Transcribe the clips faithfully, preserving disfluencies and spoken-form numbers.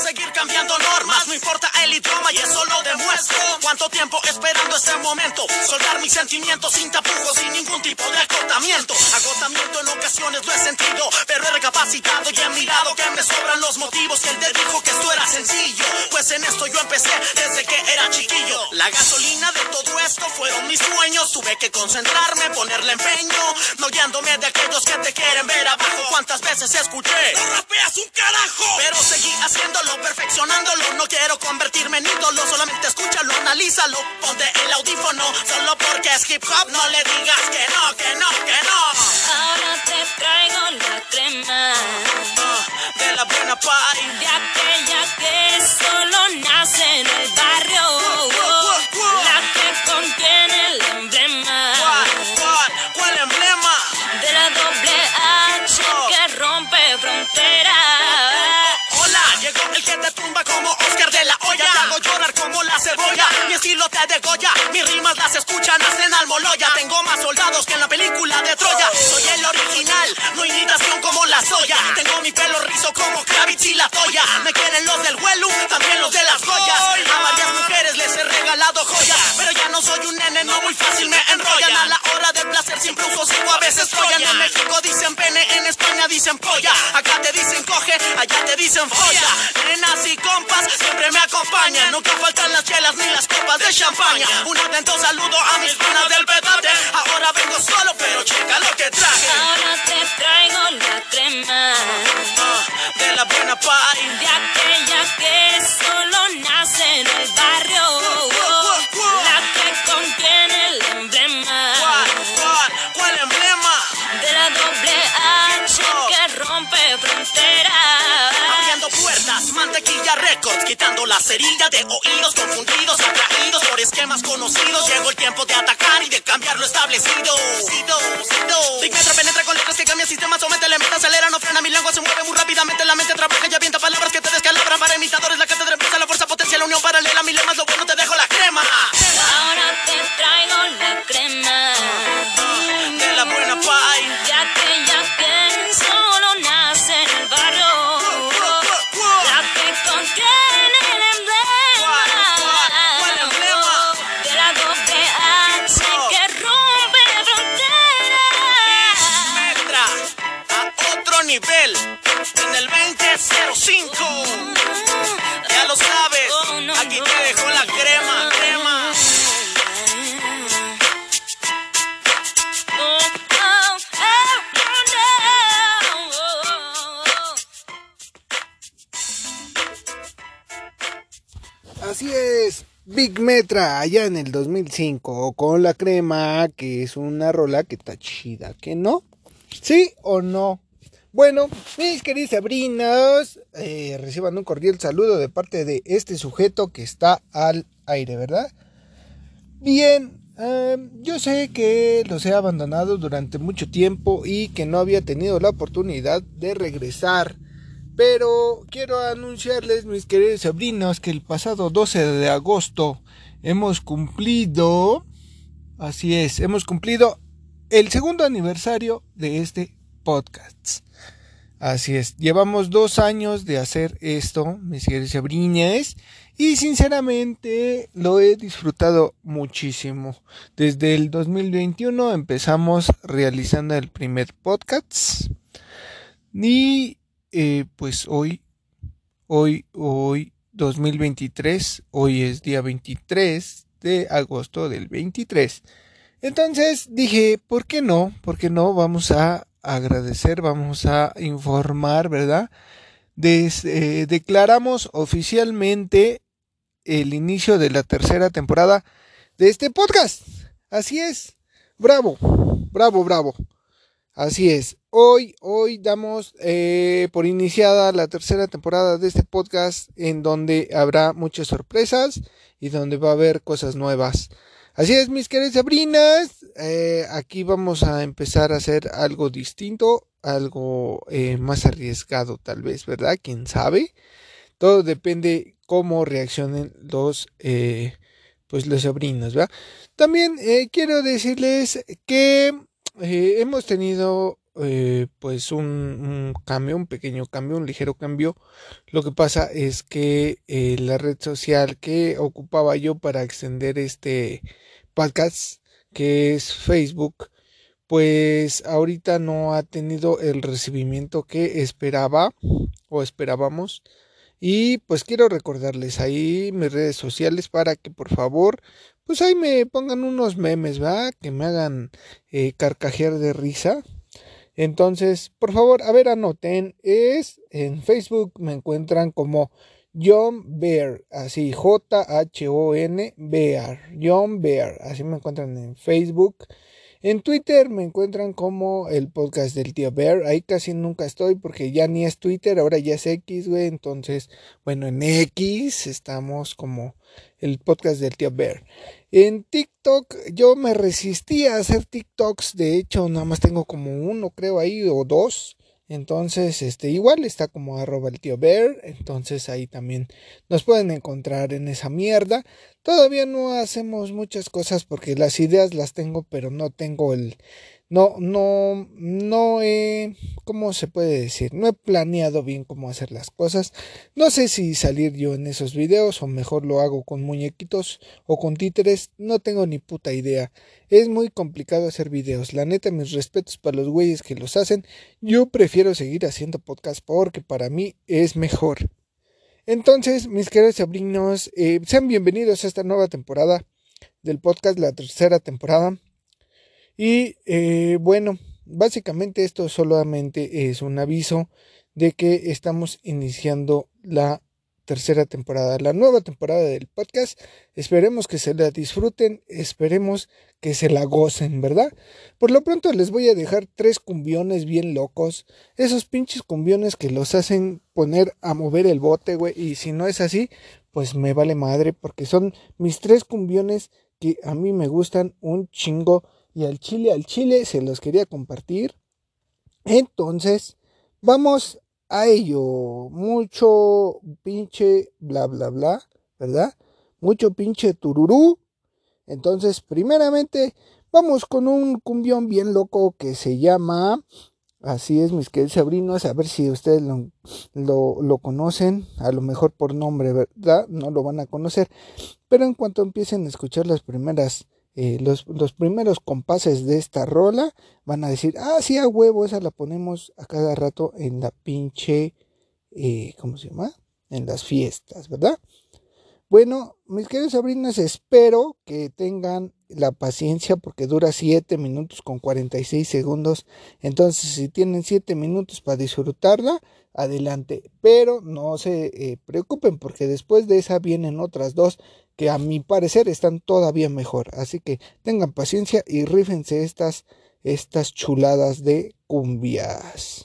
seguir cambiando normas, no importa el idioma y eso lo demuestro. Cuánto tiempo esperando este momento, soltar mis sentimientos sin tapujos, sin ningún tipo de acotamiento. Agotamiento en ocasiones lo he sentido, pero he recapacitado y he mirado que me sobran los motivos. Que él te dijo que esto era sencillo, pues en esto yo empecé desde que era chiquillo. La gasolina de todo esto fueron mis sueños, tuve que concentrarme, ponerle empeño, no guiándome de aquellos que te quieren ver abajo. Cuántas veces escuché, no rapeas un carajo, pero seguí haciéndolo, perfeccionándolo. No quiero convertirme en ídolo, solamente escúchalo, analízalo, ponte el audífono, solo porque es hip hop no le digas que no, que no, que no. Ahora te traigo la crema uh, de la buena pie, de aquella que solo nace en el barrio, uh, uh, uh, uh. la que contiene el emblema. ¿Cuál, cuál, cuál emblema? De la doble H oh. que rompe fronteras. Hola, llegó el que te tumba como Oscar de la Hoya. Te hago llorar como la cebolla, mi estilo te degolla, mis rimas las escuchan, hacen almoloya. Tengo más soldados que en la película de Troya. Soy el original, no imitación como la soya. Tengo mi pelo rizo como Kravitz y la Toya. Me quieren los del Huelu, también los de las Goyas. A varias mujeres les he regalado joyas, pero ya no soy un nene, no muy fácil me enrollan. A la hora del placer siempre uso cinco, a veces follan. En México dicen pene, en España dicen polla. Acá te dicen coge, allá te dicen folla. Nenas y compas siempre me acompañan, nunca faltan las chelas ni las copas de champaña. Un atento saludo a mis panas del petate. Ahora vengo solo, pero checa lo que traje. Ahora te traigo la crema uh, de la buena pie, de aquella que solo nace en el barrio, uh, uh, uh. la que contiene el emblema. ¿Cuál, cuál, cuál emblema? De la doble H oh. que rompe fronteras. Abriendo puertas, Mantequilla Records, quitando la cerilla de oídos confundidos, atraídos por esquemas conocidos. Llegó el tiempo de atacar y de cambiar lo establecido. Sido, sido. Big Metra penetra con letras que cambian sistemas, somete, le meta, acelera, no frena, mi lengua se mueve muy rápidamente, la mente trabaja y avienta palabras que te descalabran. Para imitadores la cátedra empieza, la fuerza potencia, la unión paralela, mi lema es lo bueno, te dejo la crema. Ahora te traigo la crema uh, de la buena pie, de aquella que solo nace en el barrio, la que contiene el emblema. ¿Cuál emblema? De la doble H que rompe fronteras. Metra a otro nivel en el veinte cero cinco. Ya lo sabes, aquí te dejo la crema, crema. Así es, Big Metra allá en el dos mil cinco con la crema, que es una rola que está chida, ¿que no? ¿Sí o no? Bueno, mis queridos sobrinos, eh, reciban un cordial saludo de parte de este sujeto que está al aire, ¿verdad? Bien, eh, yo sé que los he abandonado durante mucho tiempo y que no había tenido la oportunidad de regresar. Pero quiero anunciarles, mis queridos sobrinos, que el pasado doce de agosto hemos cumplido, así es, hemos cumplido el segundo aniversario de este podcast. Así es, llevamos dos años de hacer esto, mis queridos sobrines, y sinceramente lo he disfrutado muchísimo. Desde el dos mil veintiuno empezamos realizando el primer podcast y Eh, pues hoy, hoy, hoy, dos mil veintitrés, hoy es día veintitrés de agosto del veintitrés. Entonces dije, ¿por qué no? ¿Por qué no? Vamos a agradecer, vamos a informar, ¿verdad? Des, eh, declaramos oficialmente el inicio de la tercera temporada de este podcast. Así es. Bravo, bravo, bravo. Así es, hoy, hoy damos eh, por iniciada la tercera temporada de este podcast, en donde habrá muchas sorpresas y donde va a haber cosas nuevas. Así es, mis queridas sobrinas, eh, aquí vamos a empezar a hacer algo distinto, algo eh, más arriesgado tal vez, ¿verdad? ¿Quién sabe? Todo depende cómo reaccionen los, eh, pues los sobrinos, ¿verdad? También eh, quiero decirles que... Eh, hemos tenido eh, pues un, un cambio, un pequeño cambio, un ligero cambio. Lo que pasa es que eh, la red social que ocupaba yo para extender este podcast, que es Facebook, pues ahorita no ha tenido el recibimiento que esperaba o esperábamos. Y pues quiero recordarles ahí mis redes sociales para que por favor, pues ahí me pongan unos memes, ¿va? Que me hagan eh, carcajear de risa. Entonces, por favor, a ver, anoten. Es en Facebook me encuentran como John Bear, así J H O N Bear, John Bear, así me encuentran en Facebook. En Twitter me encuentran como el podcast del tío Bear. Ahí casi nunca estoy porque ya ni es Twitter, ahora ya es X, güey. Entonces, bueno, en X estamos como el podcast del tío Bear. En TikTok yo me resistí a hacer TikToks. De hecho, nada más tengo como uno, creo ahí, o dos. Entonces, este, igual está como arroba el tío Bear. Entonces ahí también nos pueden encontrar en esa mierda. Todavía no hacemos muchas cosas porque las ideas las tengo, pero no tengo el... No, no, no he... ¿Cómo se puede decir? No he planeado bien cómo hacer las cosas. No sé si salir yo en esos videos o mejor lo hago con muñequitos o con títeres. No tengo ni puta idea. Es muy complicado hacer videos. La neta, mis respetos para los güeyes que los hacen. Yo prefiero seguir haciendo podcast porque para mí es mejor. Entonces, mis queridos sobrinos, eh, sean bienvenidos a esta nueva temporada del podcast, la tercera temporada. Y eh, bueno, básicamente esto solamente es un aviso de que estamos iniciando la tercera temporada, la nueva temporada del podcast. Esperemos que se la disfruten, esperemos que se la gocen, ¿verdad? Por lo pronto les voy a dejar tres cumbiones bien locos, esos pinches cumbiones que los hacen poner a mover el bote, güey, y si no es así, pues me vale madre, porque son mis tres cumbiones que a mí me gustan un chingo, y al chile, al chile se los quería compartir. Entonces, vamos a ello. Mucho pinche bla bla bla, ¿verdad? Mucho pinche tururú. Entonces, primeramente, vamos con un cumbión bien loco que se llama... Así es, mis queridos sobrinos, a ver si ustedes lo, lo, lo conocen, a lo mejor por nombre, ¿verdad? No lo van a conocer, pero en cuanto empiecen a escuchar las primeras, eh, los, los primeros compases de esta rola, van a decir, ah, sí, a huevo, esa la ponemos a cada rato en la pinche, eh, ¿cómo se llama? En las fiestas, ¿verdad? Bueno, mis queridos sobrinos, espero que tengan la paciencia porque dura siete minutos con cuarenta y seis segundos. Entonces, si tienen siete minutos para disfrutarla, adelante. Pero no se eh, preocupen porque después de esa vienen otras dos que a mi parecer están todavía mejor. Así que tengan paciencia y rífense estas, estas chuladas de cumbias.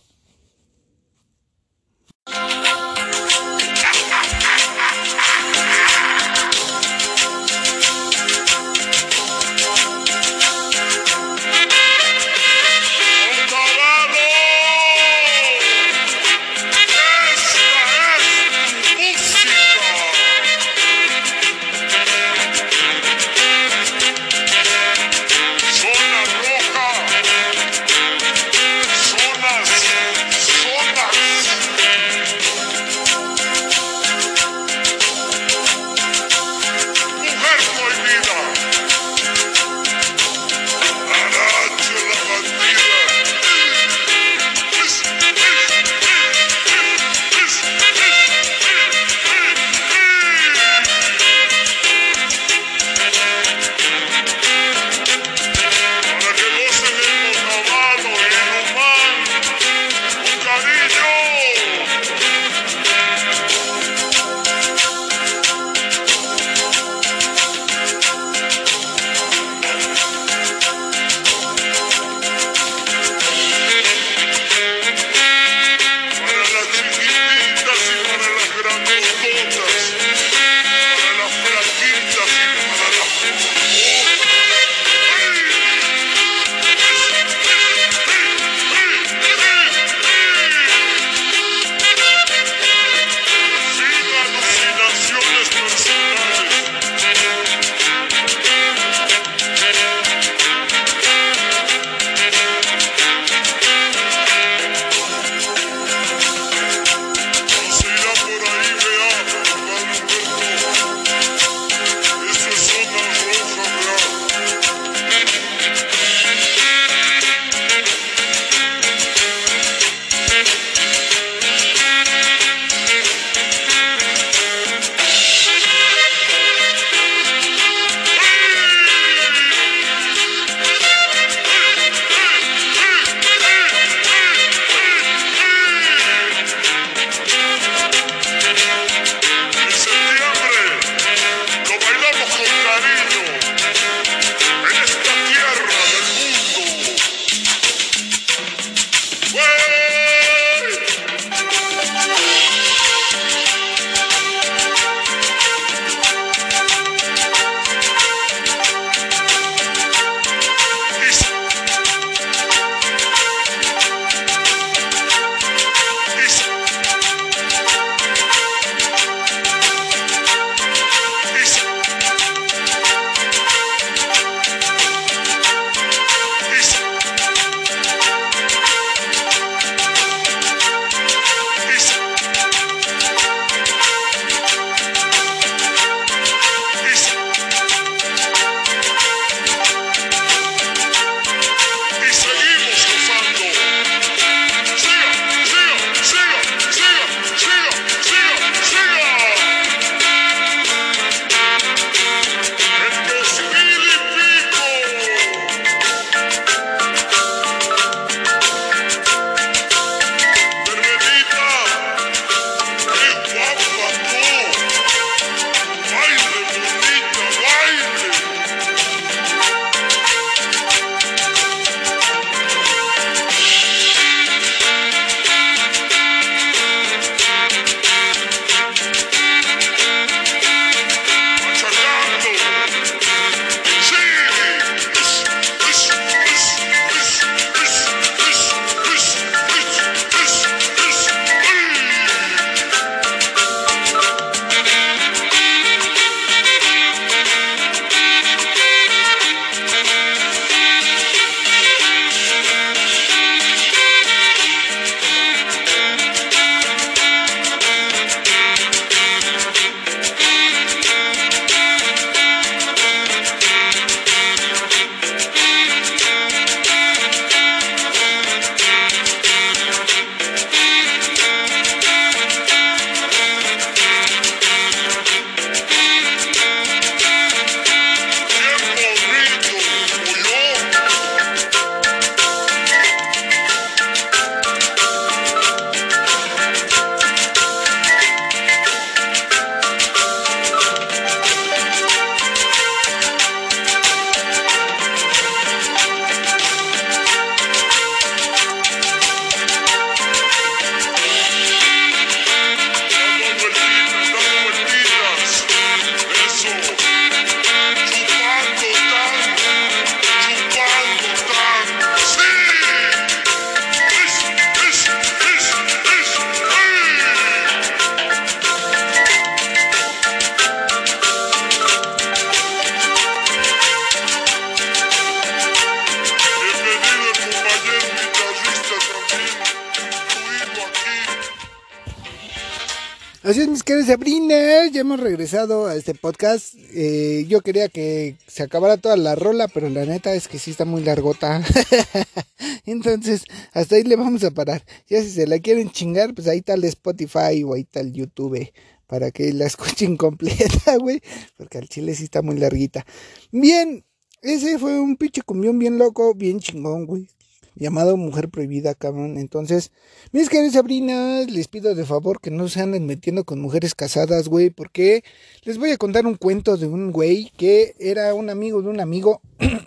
Así es, mis queridos Sabrinas, ya hemos regresado a este podcast. Eh, yo quería que se acabara toda la rola, pero la neta es que sí está muy largota. Entonces, hasta ahí le vamos a parar. Ya si se la quieren chingar, pues ahí está el Spotify o ahí está el YouTube, para que la escuchen completa, güey, porque al chile sí está muy larguita. Bien, ese fue un pinche cumbión bien loco, bien chingón, güey, llamado Mujer Prohibida, cabrón. Entonces, mis queridas Sabrinas, les pido de favor que no se anden metiendo con mujeres casadas, güey, porque les voy a contar un cuento de un güey que era un amigo de un amigo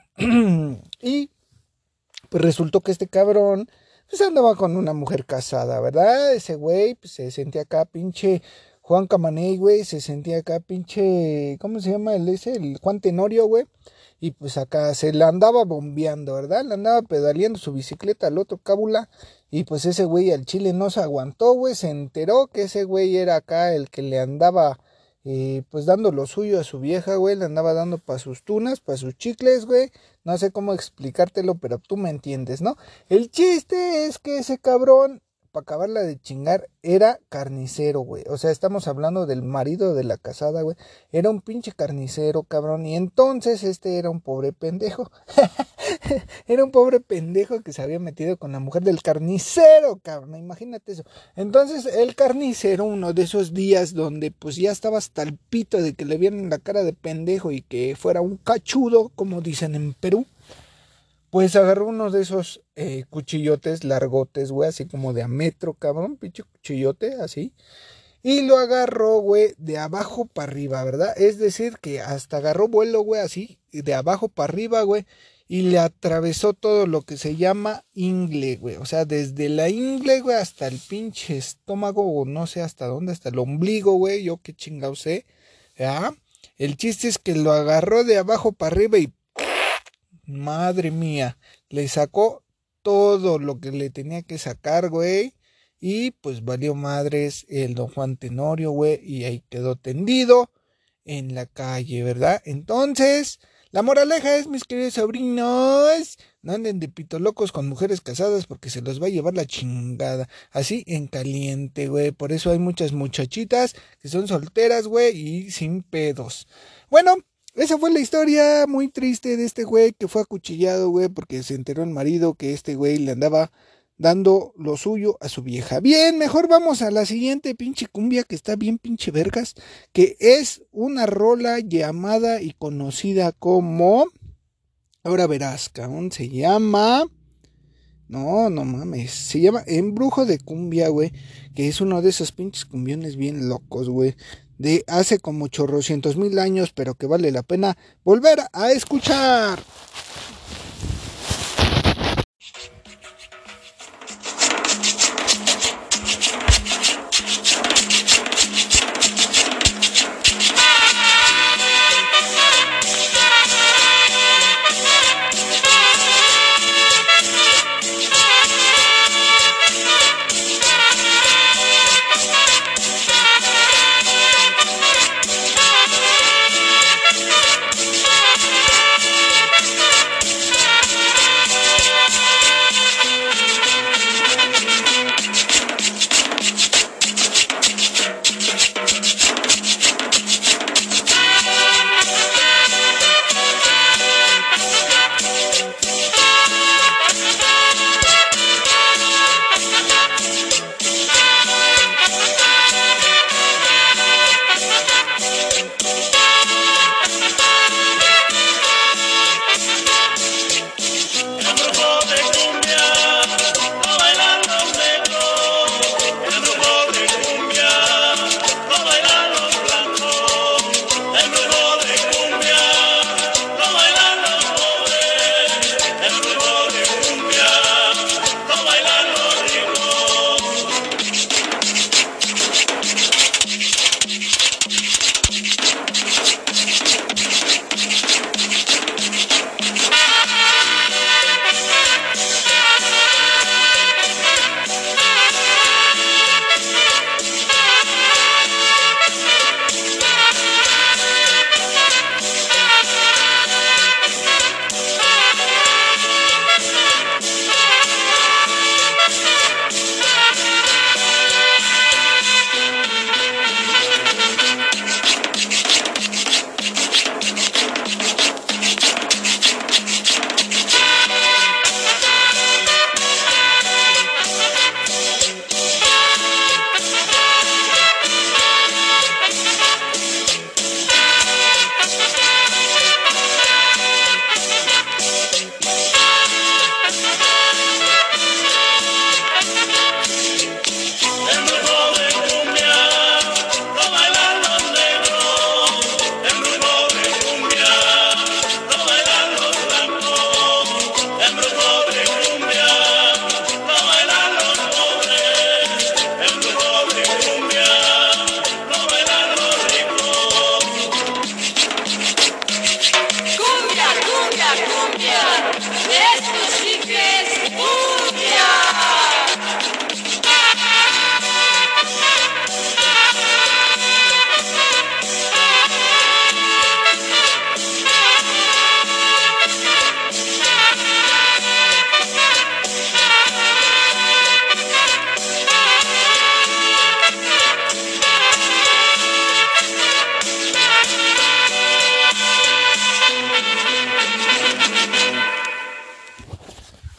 y pues resultó que este cabrón pues andaba con una mujer casada, ¿verdad? Ese güey pues se sentía acá pinche Juan Camaney, güey, se sentía acá pinche, ¿cómo se llama el ese? El Juan Tenorio, güey. Y pues acá se la andaba bombeando, ¿verdad? Le andaba pedaleando su bicicleta al otro cábula. Y pues ese güey al chile no se aguantó, güey. Se enteró que ese güey era acá el que le andaba, eh, pues dando lo suyo a su vieja, güey. Le andaba dando para sus tunas, para sus chicles, güey. No sé cómo explicártelo, pero tú me entiendes, ¿no? El chiste es que ese cabrón, para acabarla de chingar, era carnicero, güey. O sea, estamos hablando del marido de la casada, güey. Era un pinche carnicero, cabrón. Y entonces este era un pobre pendejo. Era un pobre pendejo que se había metido con la mujer del carnicero, cabrón. Imagínate eso. Entonces el carnicero, uno de esos días donde pues ya estaba hasta el pito de que le vieran la cara de pendejo y que fuera un cachudo, como dicen en Perú, pues agarró uno de esos eh, cuchillotes largotes, güey, así como de a metro, cabrón, pinche cuchillote, así. Y lo agarró, güey, de abajo para arriba, ¿verdad? Es decir, que hasta agarró vuelo, güey, así, de abajo para arriba, güey. Y le atravesó todo lo que se llama ingle, güey. O sea, desde la ingle, güey, hasta el pinche estómago, o no sé hasta dónde, hasta el ombligo, güey. Yo qué chingado sé, ¿ya? El chiste es que lo agarró de abajo para arriba y madre mía, le sacó todo lo que le tenía que sacar, güey. Y pues valió madres el don Juan Tenorio, güey. Y ahí quedó tendido en la calle, ¿verdad? Entonces, la moraleja es, mis queridos sobrinos, no anden de pito locos con mujeres casadas porque se los va a llevar la chingada. Así en caliente, güey. Por eso hay muchas muchachitas que son solteras, güey, y sin pedos. Bueno, esa fue la historia muy triste de este güey que fue acuchillado, güey, porque se enteró el marido que este güey le andaba dando lo suyo a su vieja. Bien, mejor vamos a la siguiente pinche cumbia que está bien pinche vergas, que es una rola llamada y conocida como... Ahora verás, cabrón, se llama... No, no mames, se llama Embrujo de Cumbia, güey, que es uno de esos pinches cumbiones bien locos, güey, de hace como chorrocientos mil años, pero que vale la pena volver a escuchar.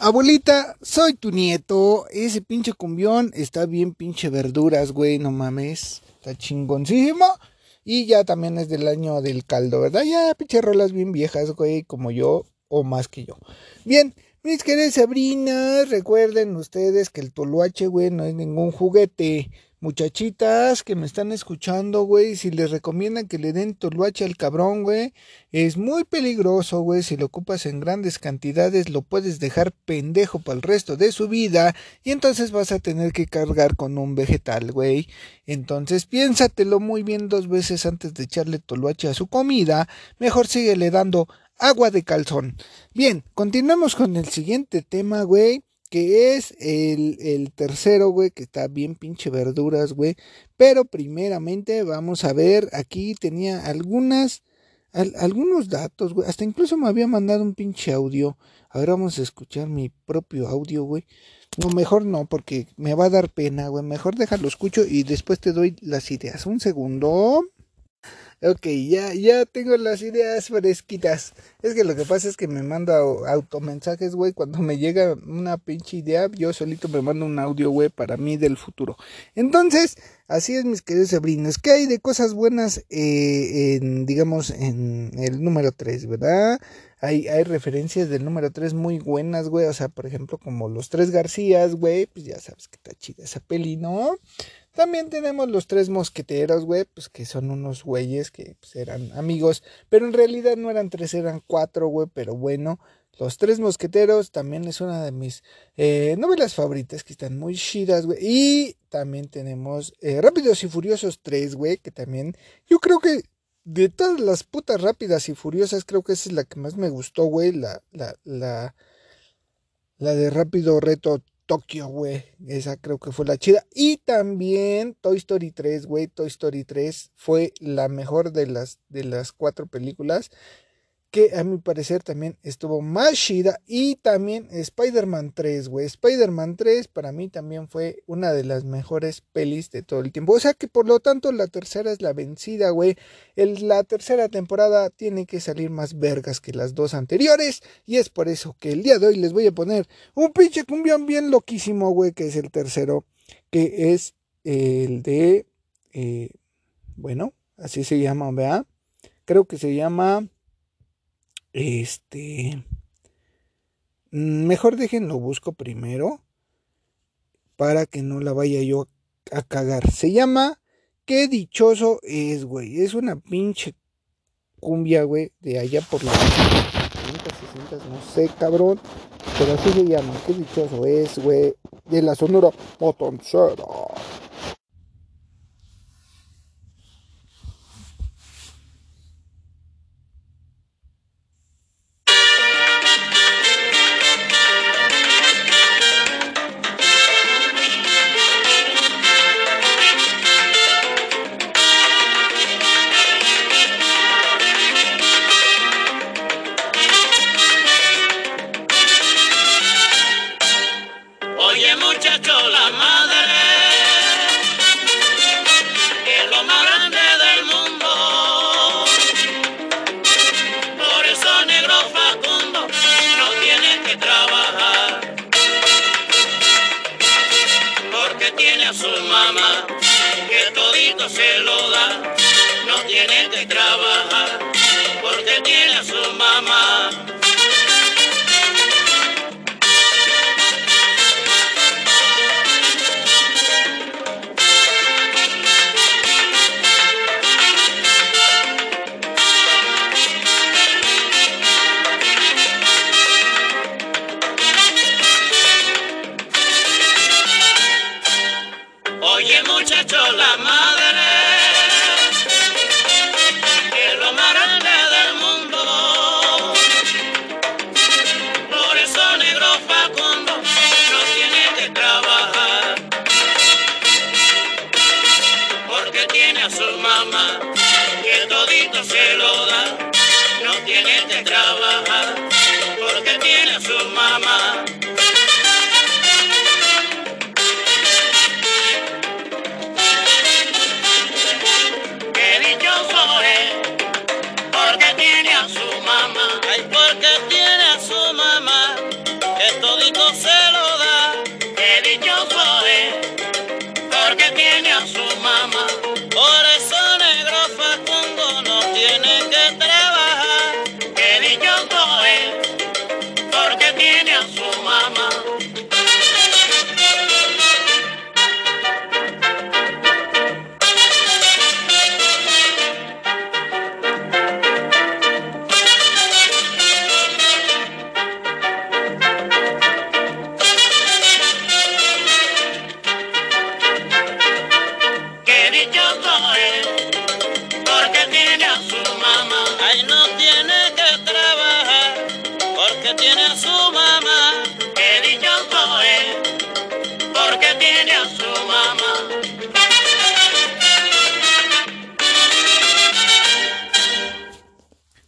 abuelita, soy tu nieto. Ese pinche cumbión está bien pinche verduras, güey, no mames. Está chingoncísimo. Y ya también es del año del caldo, ¿verdad? Ya pinche rolas bien viejas, güey, como yo o más que yo. Bien, mis queridas Sabrinas, recuerden ustedes que el toloache, güey, no es ningún juguete. Muchachitas que me están escuchando, güey, si les recomiendan que le den toloache al cabrón, güey, es muy peligroso, güey. Si lo ocupas en grandes cantidades, lo puedes dejar pendejo para el resto de su vida y entonces vas a tener que cargar con un vegetal, güey. Entonces piénsatelo muy bien dos veces antes de echarle toloache a su comida. Mejor síguele dando agua de calzón. Bien, continuamos con el siguiente tema, güey, que es el, el tercero, güey, que está bien pinche verduras, güey. Pero primeramente vamos a ver, aquí tenía algunas, al, algunos datos, güey. Hasta incluso me había mandado un pinche audio. Ahora vamos a escuchar mi propio audio, güey. No, mejor no, porque me va a dar pena, güey. Mejor déjalo escucho y después te doy las ideas. Un segundo. Ok, ya, ya tengo las ideas fresquitas. Es que lo que pasa es que me mando automensajes, güey. Cuando me llega una pinche idea, yo solito me mando un audio, güey, para mí del futuro. Entonces, así es, mis queridos sobrinos. ¿Qué hay de cosas buenas, eh, en, digamos, en el número tres, verdad? Hay, hay referencias del número tres muy buenas, güey. O sea, por ejemplo, como Los Tres Garcías, güey. Pues ya sabes que está chida esa peli, ¿no? También tenemos Los Tres Mosqueteros, güey, pues que son unos güeyes que pues, eran amigos, pero en realidad no eran tres, eran cuatro, güey, pero bueno, Los Tres Mosqueteros también es una de mis eh, novelas favoritas, que están muy chidas, güey, y también tenemos eh, Rápidos y Furiosos tres, güey, que también, yo creo que de todas las putas Rápidas y Furiosas, creo que esa es la que más me gustó, güey, la, la, la, la de Rápido Reto Tokio, güey, esa creo que fue la chida. Y también Toy Story tres, güey, Toy Story tres fue la mejor de las, de las cuatro películas, que a mi parecer también estuvo más chida. Y también Spider-Man tres, güey, Spider-Man tres para mí también fue una de las mejores pelis de todo el tiempo. O sea que por lo tanto la tercera es la vencida, güey. El, la tercera temporada tiene que salir más vergas que las dos anteriores. Y es por eso que el día de hoy les voy a poner un pinche cumbión bien loquísimo, güey, que es el tercero. Que es el de... Eh, bueno, así se llama, ¿verdad? Creo que se llama... Este... Mejor déjenlo busco primero. Para que no la vaya yo a cagar. Se llama... Qué dichoso es, güey. Es una pinche cumbia, güey, de allá por los cincuenta, sesenta, no sé, cabrón. Pero así se llama. Qué dichoso es, güey. De la Sonora Matancera. Oye muchacho, la madre es lo más grande del mundo. Por eso negro Facundo no tiene que trabajar, porque tiene a su mamá que todito se lo da. No tiene que trabajar, porque tiene a su mamá. Oye muchacho, la madre es lo más grande del mundo. Por eso negro Facundo no tiene que trabajar, porque tiene a su mamá que todito se lo da. No tiene que trabajar, porque tiene a su mamá. Porque tiene a su mamá, que todito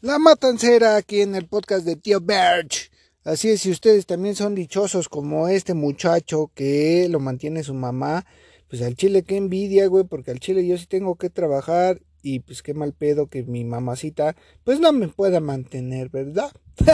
La Matancera aquí en el podcast de Tío Berch. Así es, si ustedes también son dichosos como este muchacho que lo mantiene su mamá, pues al chile qué envidia, güey, porque al chile yo sí tengo que trabajar y pues qué mal pedo que mi mamacita pues no me pueda mantener, ¿verdad?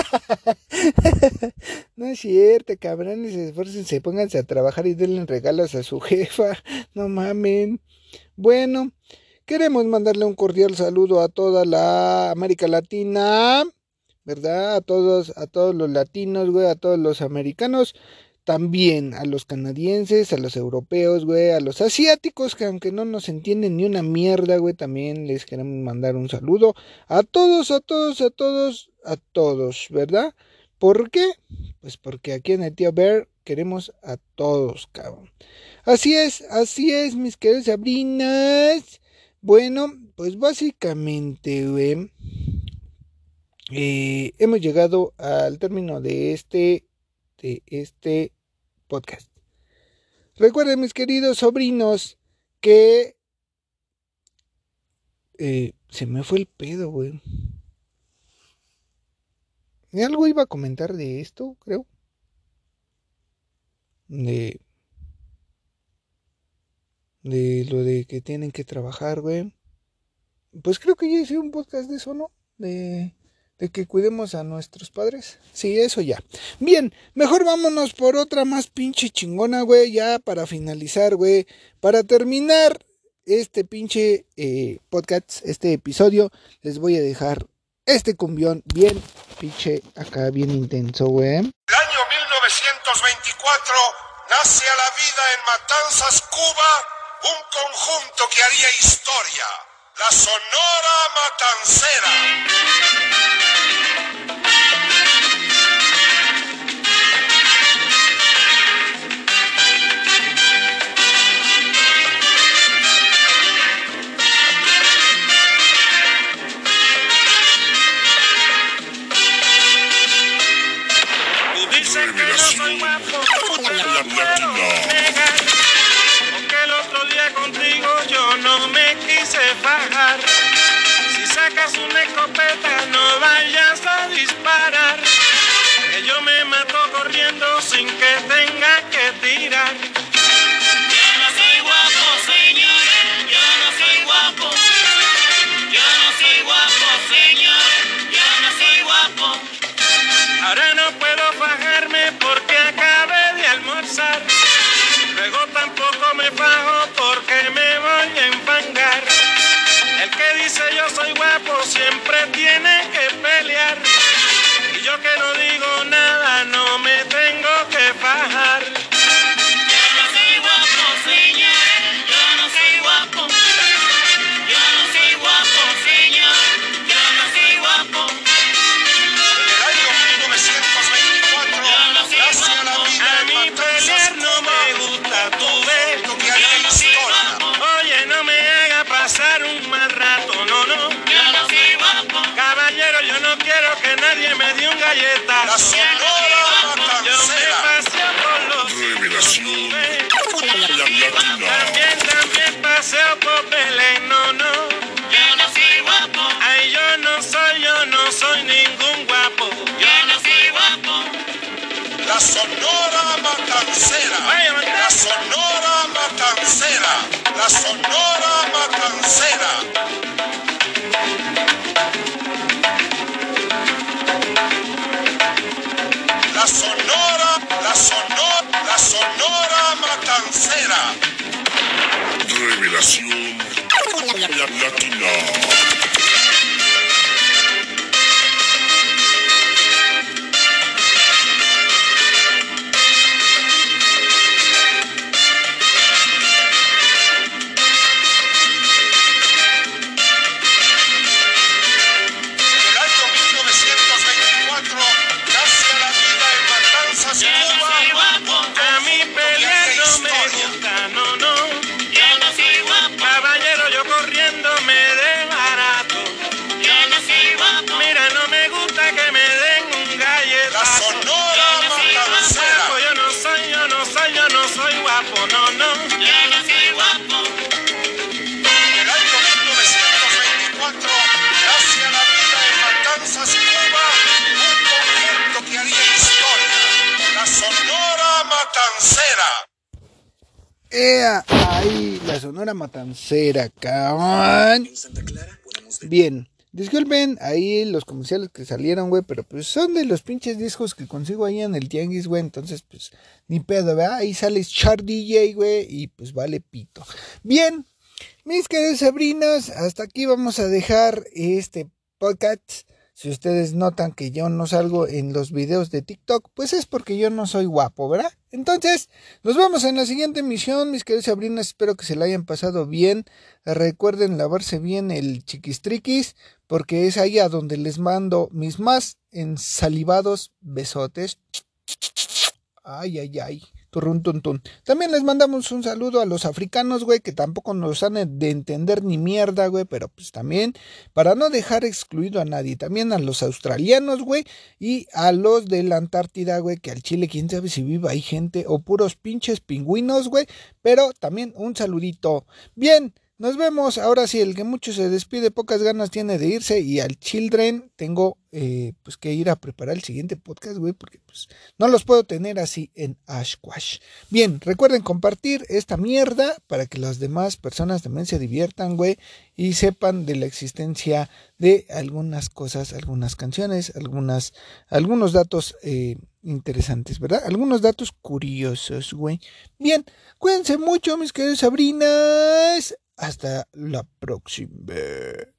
No es cierto, cabrones, esfuércense, pónganse a trabajar y denle regalos a su jefa, no mamen. Bueno, queremos mandarle un cordial saludo a toda la América Latina, ¿verdad? A todos, a todos los latinos, güey, a todos los americanos, también a los canadienses, a los europeos, güey, a los asiáticos, que aunque no nos entienden ni una mierda, güey, también les queremos mandar un saludo. A todos, a todos, a todos, a todos, ¿verdad? ¿Por qué? Pues porque aquí en el Tío Bear queremos a todos, cabrón. Así es, así es, mis queridos sabrinas. Bueno, pues básicamente, güey, eh, hemos llegado al término de este, de este podcast. Recuerden, mis queridos sobrinos, que eh, se me fue el pedo, güey. Algo iba a comentar de esto, creo. De, de lo de que tienen que trabajar, güey. Pues creo que ya hice un podcast de eso, ¿no? De... de que cuidemos a nuestros padres. Sí, eso ya. Bien, mejor vámonos por otra más pinche chingona, güey. Ya para finalizar, güey. Para terminar este pinche eh, podcast, este episodio, les voy a dejar este cumbión bien pinche acá, bien intenso, güey. El año mil novecientos veinticuatro nace a la vida en Matanzas, Cuba, un conjunto que haría historia. La Sonora Matancera. Dicen que no soy guapo, no lo puedo negar, porque el otro día contigo yo no me quise fajar. Si sacas una escopeta no vayas a disparar, que yo me mato corriendo sin que tenga que tirar. Yo no soy guapo, señores, yo no soy guapo. Yo no soy guapo, señores, yo no soy guapo. Ahora no puedo fajarme porque acabé de almorzar. Luego tampoco me fajo porque me voy a enfangar. El que dice yo soy guapo siempre tiene que pelear. Y yo que no digo nada no me tengo que fajar. Yo no soy guapo, señores, yo no soy guapo. Yo no soy guapo, señor, yo no soy guapo. En el año mil novecientos veinticuatro nace a la vida A en mí Matanzas, pelear no me gusta, tú ves. Cuba, que haría historia. Oye, no me haga pasar un mal rato, no, no. Yo no soy guapo. Caballero, yo no quiero que nadie me dé un La galletazo. Sonora Yo me Matancera. paseo por los Revelación sitios, Latina. también, también paseo por Belén, no, no. Yo no soy guapo. Ay, yo no soy, yo no soy ningún guapo. Yo no soy guapo. La Sonora Matancera. Vaya, Matancera. La Sonora Matancera. La Sonora Matancera. La Sonora, la Sonora, la Sonora Matancera. Revelación Latina. En el año mil novecientos veinticuatro nace a la vida en Matanzas, Yo no Cuba. soy guapo. A mí pelear no me gusta, no, no. Yo no soy guapo. Caballero, yo corriendo me dejará. ¡Ea! Ahí, la Sonora Matancera, cabrón. Bien, disculpen ahí los comerciales que salieron, güey, pero pues son de los pinches discos que consigo ahí en el tianguis, güey, entonces pues ni pedo, ¿verdad? Ahí sale Char D J, güey, y pues vale pito. Bien, mis queridos sobrinos, hasta aquí vamos a dejar este podcast. Si ustedes notan que yo no salgo en los videos de TikTok, pues es porque yo no soy guapo, ¿verdad? Entonces, nos vemos en la siguiente emisión, mis queridos sobrinos. Espero que se la hayan pasado bien. Recuerden lavarse bien el chiquistriquis, porque es ahí a donde les mando mis más ensalivados besotes. Ay, ay, ay. Turrun, tun, tun. También les mandamos un saludo a los africanos, güey, que tampoco nos han de entender ni mierda, güey, pero pues también, para no dejar excluido a nadie, también a los australianos, güey, y a los de la Antártida, güey, que al Chile, quién sabe si viva ahí gente, o puros pinches pingüinos, güey, pero también un saludito. Bien, nos vemos. Ahora sí, el que mucho se despide, pocas ganas tiene de irse, y al Children tengo eh, pues que ir a preparar el siguiente podcast, güey, porque pues no los puedo tener así en Ashwash. Bien, recuerden compartir esta mierda para que las demás personas también se diviertan, güey, y sepan de la existencia de algunas cosas, algunas canciones, algunas, algunos datos eh, interesantes, ¿verdad? Algunos datos curiosos, güey. Bien, cuídense mucho, mis queridos sobrinas. Hasta la próxima.